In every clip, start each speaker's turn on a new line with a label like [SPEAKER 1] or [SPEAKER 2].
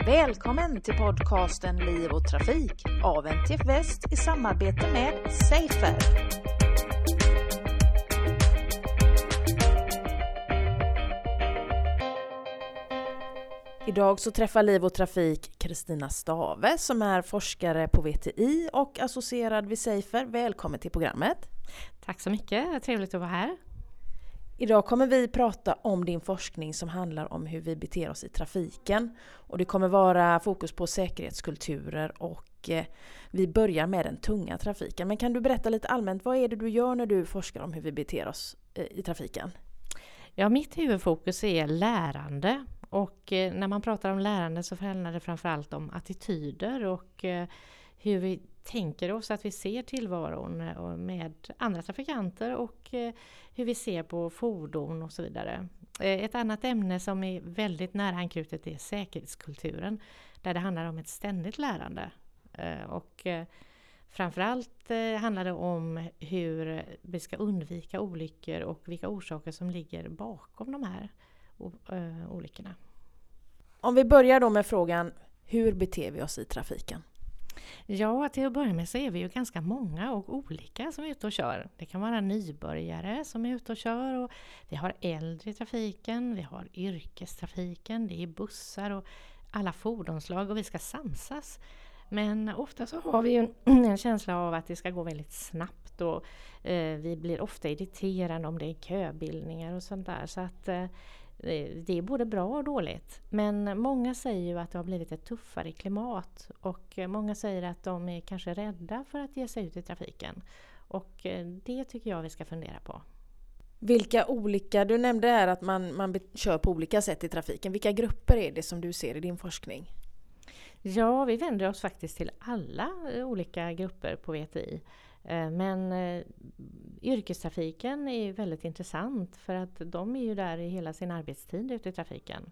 [SPEAKER 1] Välkommen till podcasten Liv och Trafik av NTF Väst i samarbete med Safer. Idag så träffar Liv och Trafik Kristina Stave som är forskare på VTI och associerad vid Safer. Välkommen till programmet.
[SPEAKER 2] Tack så mycket, trevligt att vara här.
[SPEAKER 1] Idag kommer vi prata om din forskning som handlar om hur vi beter oss i trafiken. Och det kommer vara fokus på säkerhetskulturer och vi börjar med den tunga trafiken. Men kan du berätta lite allmänt, vad är det du gör när du forskar om hur vi beter oss i trafiken?
[SPEAKER 2] Ja, mitt huvudfokus är lärande. Och när man pratar om lärande så handlar det framförallt om attityder och hur vi tänker oss att vi ser tillvaron med andra trafikanter och hur vi ser på fordon och så vidare. Ett annat ämne som är väldigt nära anknutet är säkerhetskulturen, där det handlar om ett ständigt lärande. Och framförallt handlar det om hur vi ska undvika olyckor och vilka orsaker som ligger bakom de här olyckorna.
[SPEAKER 1] Om vi börjar då med frågan, hur beter vi oss i trafiken?
[SPEAKER 2] Ja, till att börja med så är vi ju ganska många och olika som är ute och kör. Det kan vara nybörjare som är ute och kör och vi har äldre i trafiken, vi har yrkestrafiken, det är bussar och alla fordonslag och vi ska samsas. Men ofta så har vi ju en känsla av att det ska gå väldigt snabbt och vi blir ofta irriterade om det är köbildningar och sånt där. Så att det är både bra och dåligt. Men många säger ju att det har blivit ett tuffare klimat och många säger att de är kanske rädda för att ge sig ut i trafiken. Och det tycker jag vi ska fundera på.
[SPEAKER 1] Vilka olika, du nämnde här att man kör på olika sätt i trafiken. Vilka grupper är det som du ser i din forskning?
[SPEAKER 2] Ja, vi vänder oss faktiskt till alla olika grupper på VTI. Men yrkestrafiken är väldigt intressant för att de är ju där i hela sin arbetstid ute i trafiken.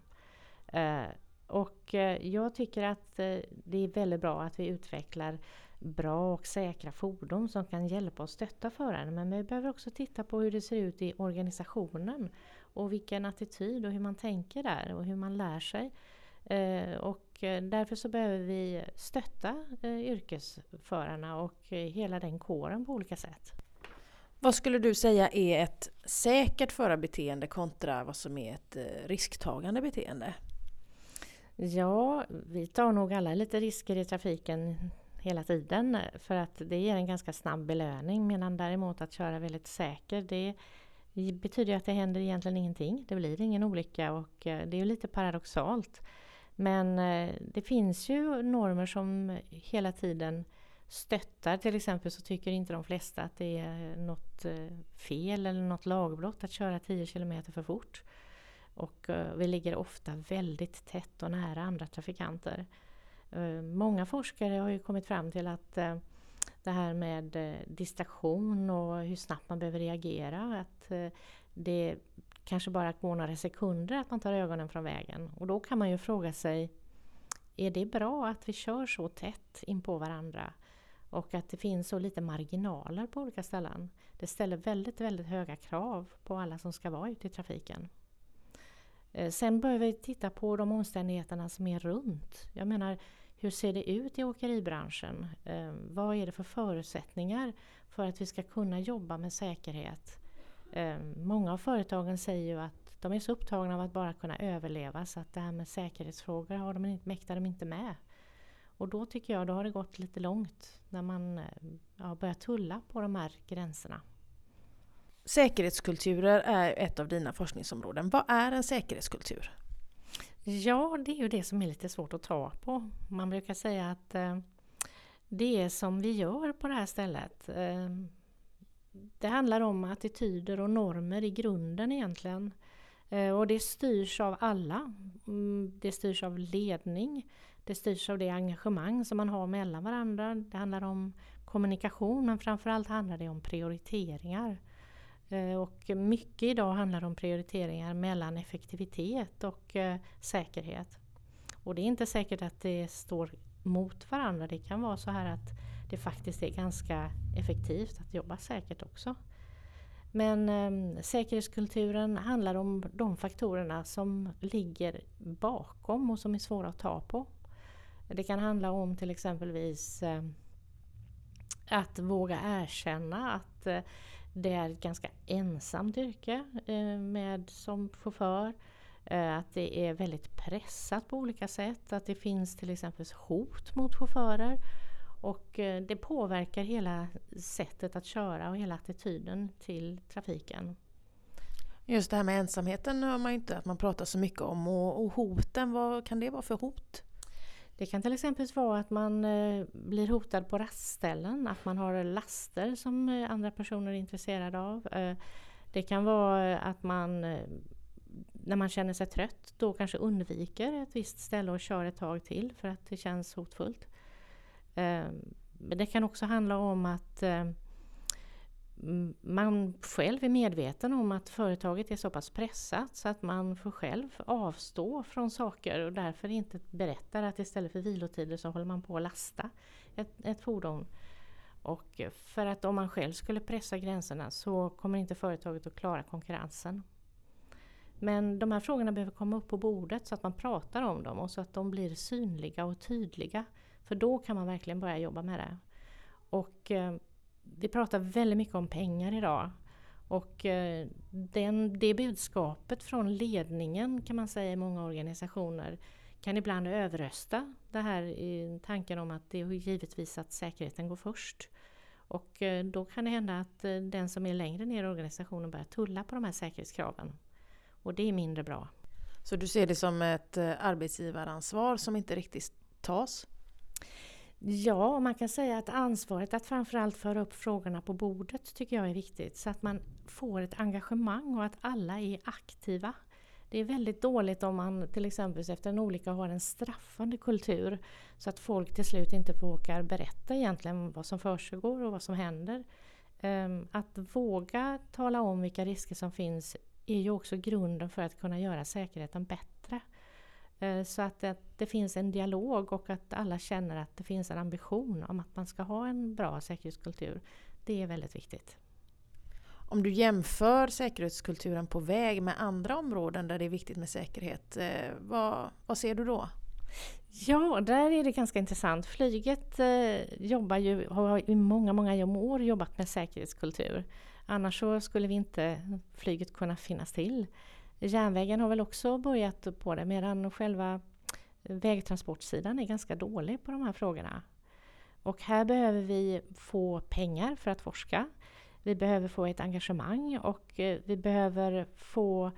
[SPEAKER 2] Och jag tycker att det är väldigt bra att vi utvecklar bra och säkra fordon som kan hjälpa och stötta föraren. Men vi behöver också titta på hur det ser ut i organisationen och vilken attityd och hur man tänker där och hur man lär sig. Och därför så behöver vi stötta yrkesförarna och hela den kåren på olika sätt.
[SPEAKER 1] Vad skulle du säga är ett säkert förarbeteende kontra vad som är ett risktagande beteende?
[SPEAKER 2] Ja, vi tar nog alla lite risker i trafiken hela tiden för att det ger en ganska snabb belöning, medan däremot att köra väldigt säker, det betyder att det händer egentligen ingenting. Det blir ingen olycka och det är ju lite paradoxalt. Men det finns ju normer som hela tiden stöttar. Till exempel så tycker inte de flesta att det är något fel eller något lagbrott att köra 10 km för fort. Och vi ligger ofta väldigt tätt och nära andra trafikanter. Många forskare har ju kommit fram till att det här med distraktion och hur snabbt man behöver reagera, att det kanske bara går några sekunder att man tar ögonen från vägen. Och då kan man ju fråga sig, är det bra att vi kör så tätt in på varandra? Och att det finns så lite marginaler på olika ställen. Det ställer väldigt, väldigt höga krav på alla som ska vara ute i trafiken. Sen behöver vi titta på de omständigheterna som är runt. Jag menar, hur ser det ut i åkeribranschen? Vad är det för förutsättningar för att vi ska kunna jobba med säkerhet? Många av företagen säger ju att de är så upptagna av att bara kunna överleva så att det här med säkerhetsfrågor mäktar de inte med. Och då tycker jag då har det gått lite långt när man börjar tulla på de här gränserna.
[SPEAKER 1] Säkerhetskulturer är ett av dina forskningsområden. Vad är en säkerhetskultur?
[SPEAKER 2] Ja, det är ju det som är lite svårt att ta på. Man brukar säga att det är som vi gör på det här stället. Det handlar om attityder och normer i grunden egentligen. Och det styrs av alla. Det styrs av ledning. Det styrs av det engagemang som man har mellan varandra. Det handlar om kommunikation, men framförallt handlar det om prioriteringar. Och mycket idag handlar om prioriteringar mellan effektivitet och säkerhet. Och det är inte säkert att det står mot varandra. Det kan vara så här att det faktiskt är ganska effektivt att jobba säkert också. Men säkerhetskulturen handlar om de faktorerna som ligger bakom och som är svåra att ta på. Det kan handla om till exempelvis att våga erkänna att det är ett ganska ensamt yrke som chaufför. Att det är väldigt pressat på olika sätt. Att det finns till exempel hot mot chaufförer. Och det påverkar hela sättet att köra och hela attityden till trafiken.
[SPEAKER 1] Just det här med ensamheten hör man ju inte att man pratar så mycket om. Och hoten, vad kan det vara för hot?
[SPEAKER 2] Det kan till exempel vara att man blir hotad på rastställen. Att man har laster som andra personer är intresserade av. Det kan vara att man, när man känner sig trött, då kanske undviker ett visst ställe och kör ett tag till för att det känns hotfullt. Men det kan också handla om att man själv är medveten om att företaget är så pass pressat så att man får själv avstå från saker och därför inte berättar att istället för vilotider så håller man på att lasta ett fordon. Och för att om man själv skulle pressa gränserna så kommer inte företaget att klara konkurrensen. Men de här frågorna behöver komma upp på bordet så att man pratar om dem och så att de blir synliga och tydliga. För då kan man verkligen börja jobba med det. Och vi pratar väldigt mycket om pengar idag. Och det budskapet från ledningen kan man säga i många organisationer kan ibland överrösta det här i tanken om att det är givetvis att säkerheten går först. Och då kan det hända att den som är längre ner i organisationen börjar tulla på de här säkerhetskraven. Och det är mindre bra.
[SPEAKER 1] Så du ser det som ett arbetsgivaransvar som inte riktigt tas?
[SPEAKER 2] Ja, man kan säga att ansvaret att framförallt föra upp frågorna på bordet tycker jag är viktigt. Så att man får ett engagemang och att alla är aktiva. Det är väldigt dåligt om man till exempel efter en olycka har en straffande kultur. Så att folk till slut inte vågar berätta egentligen vad som försiggår och vad som händer. Att våga tala om vilka risker som finns är ju också grunden för att kunna göra säkerheten bättre. Så att det finns en dialog och att alla känner att det finns en ambition om att man ska ha en bra säkerhetskultur. Det är väldigt viktigt.
[SPEAKER 1] Om du jämför säkerhetskulturen på väg med andra områden där det är viktigt med säkerhet, vad ser du då?
[SPEAKER 2] Ja, där är det ganska intressant. Flyget har i många år jobbat med säkerhetskultur. Annars så skulle vi inte flyget kunna finnas till. Järnvägen har väl också börjat på det medan själva vägtransportsidan är ganska dålig på de här frågorna. Och här behöver vi få pengar för att forska. Vi behöver få ett engagemang och vi behöver få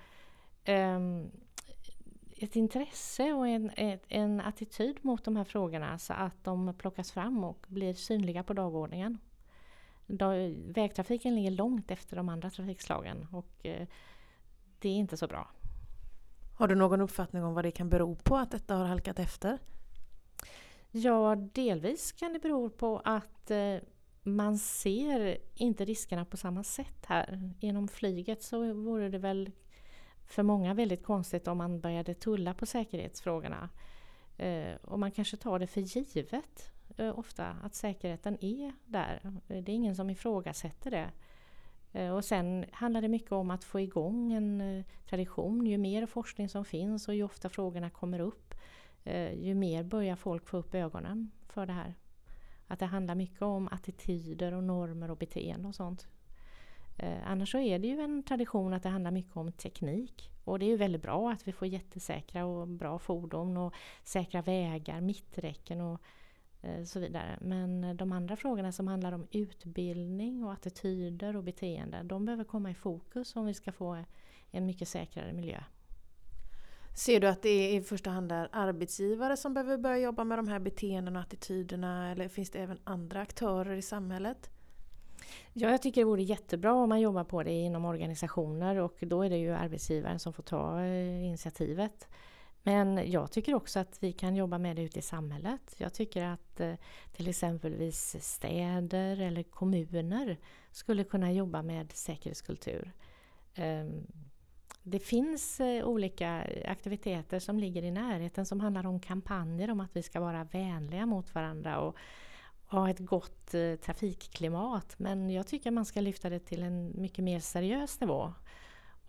[SPEAKER 2] ett intresse och en attityd mot de här frågorna så att de plockas fram och blir synliga på dagordningen. Vägtrafiken ligger långt efter de andra trafikslagen och det är inte så bra.
[SPEAKER 1] Har du någon uppfattning om vad det kan bero på att detta har halkat efter?
[SPEAKER 2] Ja, delvis kan det bero på att man ser inte riskerna på samma sätt här. Inom flyget så vore det väl för många väldigt konstigt om man började tulla på säkerhetsfrågorna. Och man kanske tar det för givet ofta att säkerheten är där. Det är ingen som ifrågasätter det. Och sen handlar det mycket om att få igång en tradition. Ju mer forskning som finns och ju ofta frågorna kommer upp, ju mer börjar folk få upp ögonen för det här. Att det handlar mycket om attityder och normer och beteende och sånt. Annars så är det ju en tradition att det handlar mycket om teknik. Och det är ju väldigt bra att vi får jättesäkra och bra fordon och säkra vägar, mitträcken och så vidare. Men de andra frågorna som handlar om utbildning och attityder och beteende, de behöver komma i fokus om vi ska få en mycket säkrare miljö.
[SPEAKER 1] Ser du att det är i första hand är arbetsgivare som behöver börja jobba med de här beteenden och attityderna eller finns det även andra aktörer i samhället?
[SPEAKER 2] Ja, jag tycker det vore jättebra om man jobbar på det inom organisationer och då är det ju arbetsgivaren som får ta initiativet. Men jag tycker också att vi kan jobba med det ute i samhället. Jag tycker att till exempelvis städer eller kommuner skulle kunna jobba med säkerhetskultur. Det finns olika aktiviteter som ligger i närheten som handlar om kampanjer om att vi ska vara vänliga mot varandra och ha ett gott trafikklimat. Men jag tycker man ska lyfta det till en mycket mer seriös nivå.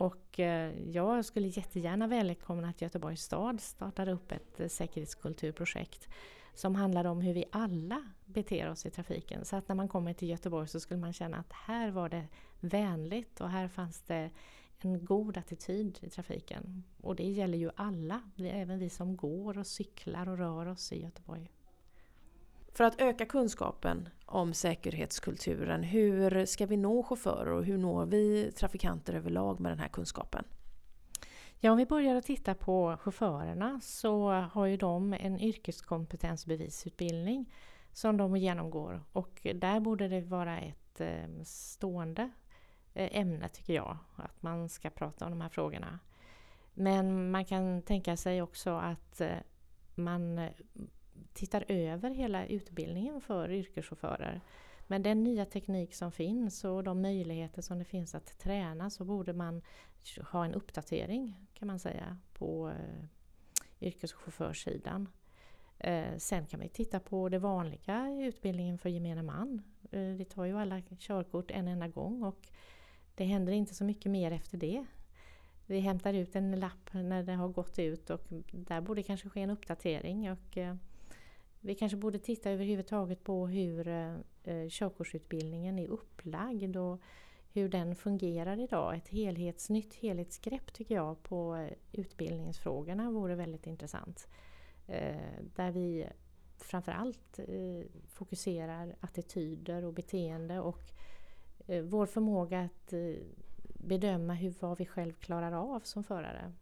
[SPEAKER 2] Och jag skulle jättegärna välkomna att Göteborgs stad startar upp ett säkerhetskulturprojekt som handlar om hur vi alla beter oss i trafiken. Så att när man kommer till Göteborg så skulle man känna att här var det vänligt och här fanns det en god attityd i trafiken. Och det gäller ju alla, även vi som går och cyklar och rör oss i Göteborg.
[SPEAKER 1] För att öka kunskapen om säkerhetskulturen, hur ska vi nå chaufförer och hur når vi trafikanter överlag med den här kunskapen?
[SPEAKER 2] Ja, om vi börjar att titta på chaufförerna så har ju de en yrkeskompetensbevisutbildning som de genomgår. Och där borde det vara ett stående ämne tycker jag, att man ska prata om de här frågorna. Men man kan tänka sig också att man tittar över hela utbildningen för yrkeschaufförer. Med den nya teknik som finns och de möjligheter som det finns att träna så borde man ha en uppdatering kan man säga på yrkeschaufförssidan. Sen kan vi titta på det vanliga utbildningen för gemene man. Vi tar ju alla körkort en enda gång och det händer inte så mycket mer efter det. Vi hämtar ut en lapp när det har gått ut och där borde kanske ske en uppdatering och vi kanske borde titta överhuvudtaget på hur körkortsutbildningen är upplagd och hur den fungerar idag. Ett nytt helhetsgrepp tycker jag på utbildningsfrågorna vore väldigt intressant. Där vi framförallt fokuserar attityder och beteende och vår förmåga att bedöma vad vi själv klarar av som förare.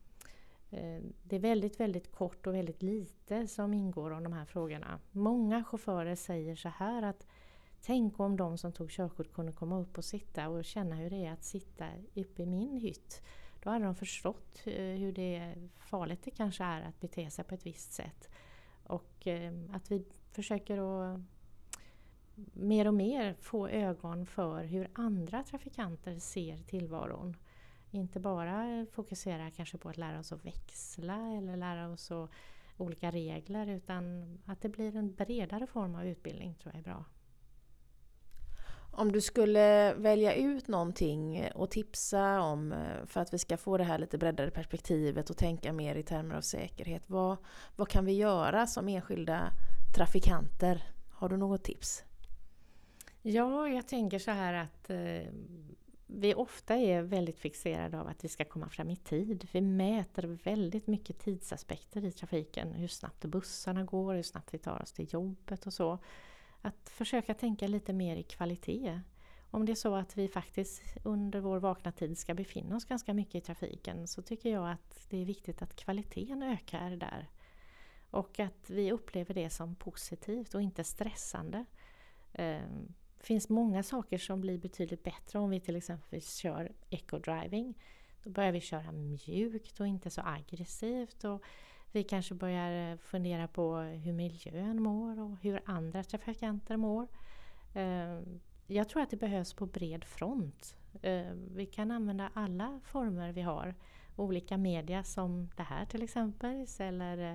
[SPEAKER 2] Det är väldigt, väldigt kort och väldigt lite som ingår om de här frågorna. Många chaufförer säger så här att tänk om de som tog körkort kunde komma upp och sitta och känna hur det är att sitta uppe i min hytt. Då hade de förstått hur farligt det kanske är att bete sig på ett visst sätt. Och att vi försöker att mer och mer få ögon för hur andra trafikanter ser tillvaron. Inte bara fokusera kanske på att lära oss att växla eller lära oss olika regler utan att det blir en bredare form av utbildning tror jag är bra.
[SPEAKER 1] Om du skulle välja ut någonting och tipsa om för att vi ska få det här lite breddade perspektivet och tänka mer i termer av säkerhet. Vad kan vi göra som enskilda trafikanter? Har du något tips?
[SPEAKER 2] Ja, jag tänker så här att vi ofta är väldigt fixerade av att vi ska komma fram i tid. Vi mäter väldigt mycket tidsaspekter i trafiken. Hur snabbt bussarna går, hur snabbt vi tar oss till jobbet och så. Att försöka tänka lite mer i kvalitet. Om det är så att vi faktiskt under vår vakna tid ska befinna oss ganska mycket i trafiken så tycker jag att det är viktigt att kvaliteten ökar där. Och att vi upplever det som positivt och inte stressande. Det finns många saker som blir betydligt bättre om vi till exempel kör eco-driving. Då börjar vi köra mjukt och inte så aggressivt och vi kanske börjar fundera på hur miljön mår och hur andra trafikanter mår. Jag tror att det behövs på bred front. Vi kan använda alla former vi har. Olika media som det här till exempel. Eller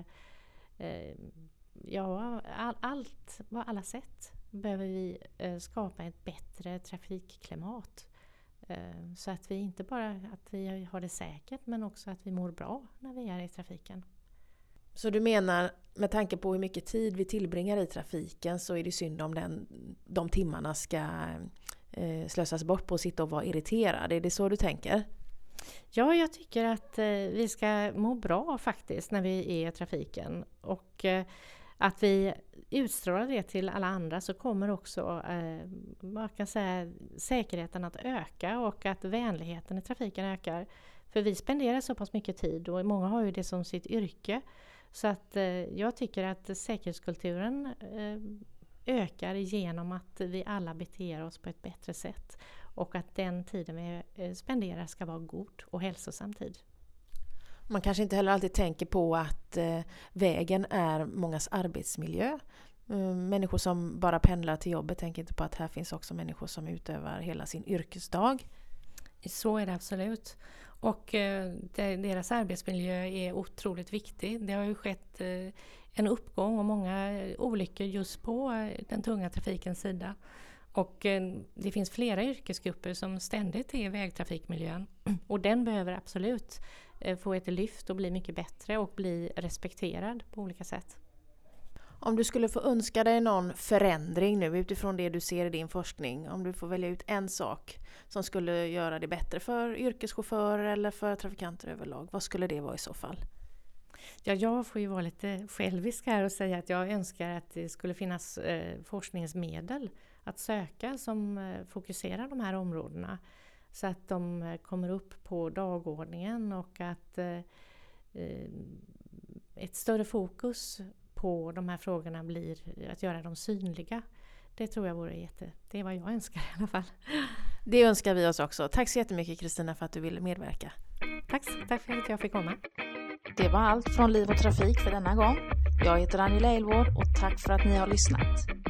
[SPEAKER 2] allt på alla sätt behöver vi skapa ett bättre trafikklimat. Så att vi inte bara att vi har det säkert men också att vi mår bra när vi är i trafiken.
[SPEAKER 1] Så du menar, med tanke på hur mycket tid vi tillbringar i trafiken så är det synd om de timmarna ska slösas bort på att sitta och vara irriterad. Är det så du tänker?
[SPEAKER 2] Ja, jag tycker att vi ska må bra faktiskt när vi är i trafiken. Och att vi utstrålar det till alla andra så kommer också man kan säga, säkerheten att öka och att vänligheten i trafiken ökar. För vi spenderar så pass mycket tid och många har ju det som sitt yrke. Så att jag tycker att säkerhetskulturen ökar genom att vi alla beter oss på ett bättre sätt. Och att den tiden vi spenderar ska vara god och hälsosam tid.
[SPEAKER 1] Man kanske inte heller alltid tänker på att vägen är mångas arbetsmiljö. Människor som bara pendlar till jobbet tänker inte på att här finns också människor som utövar hela sin yrkesdag.
[SPEAKER 2] Så är det absolut. Och deras arbetsmiljö är otroligt viktig. Det har ju skett en uppgång och många olyckor just på den tunga trafikens sida. Och det finns flera yrkesgrupper som ständigt är i vägtrafikmiljön. Och den behöver absolut få ett lyft och bli mycket bättre och bli respekterad på olika sätt.
[SPEAKER 1] Om du skulle få önska dig någon förändring nu utifrån det du ser i din forskning, om du får välja ut en sak som skulle göra det bättre för yrkeschaufförer eller för trafikanter överlag, vad skulle det vara i så fall?
[SPEAKER 2] Ja, jag får ju vara lite självisk här och säga att jag önskar att det skulle finnas forskningsmedel att söka som fokuserar de här områdena så att de kommer upp på dagordningen och att ett större fokus på de här frågorna blir att göra dem synliga. Det tror jag vore det är vad jag önskar i alla fall.
[SPEAKER 1] Det önskar vi oss också. Tack så jättemycket Kristina för att du ville medverka.
[SPEAKER 2] Tack för att jag fick komma.
[SPEAKER 3] Det var allt från Liv och Trafik för denna gång. Jag heter Angela Elvård och tack för att ni har lyssnat.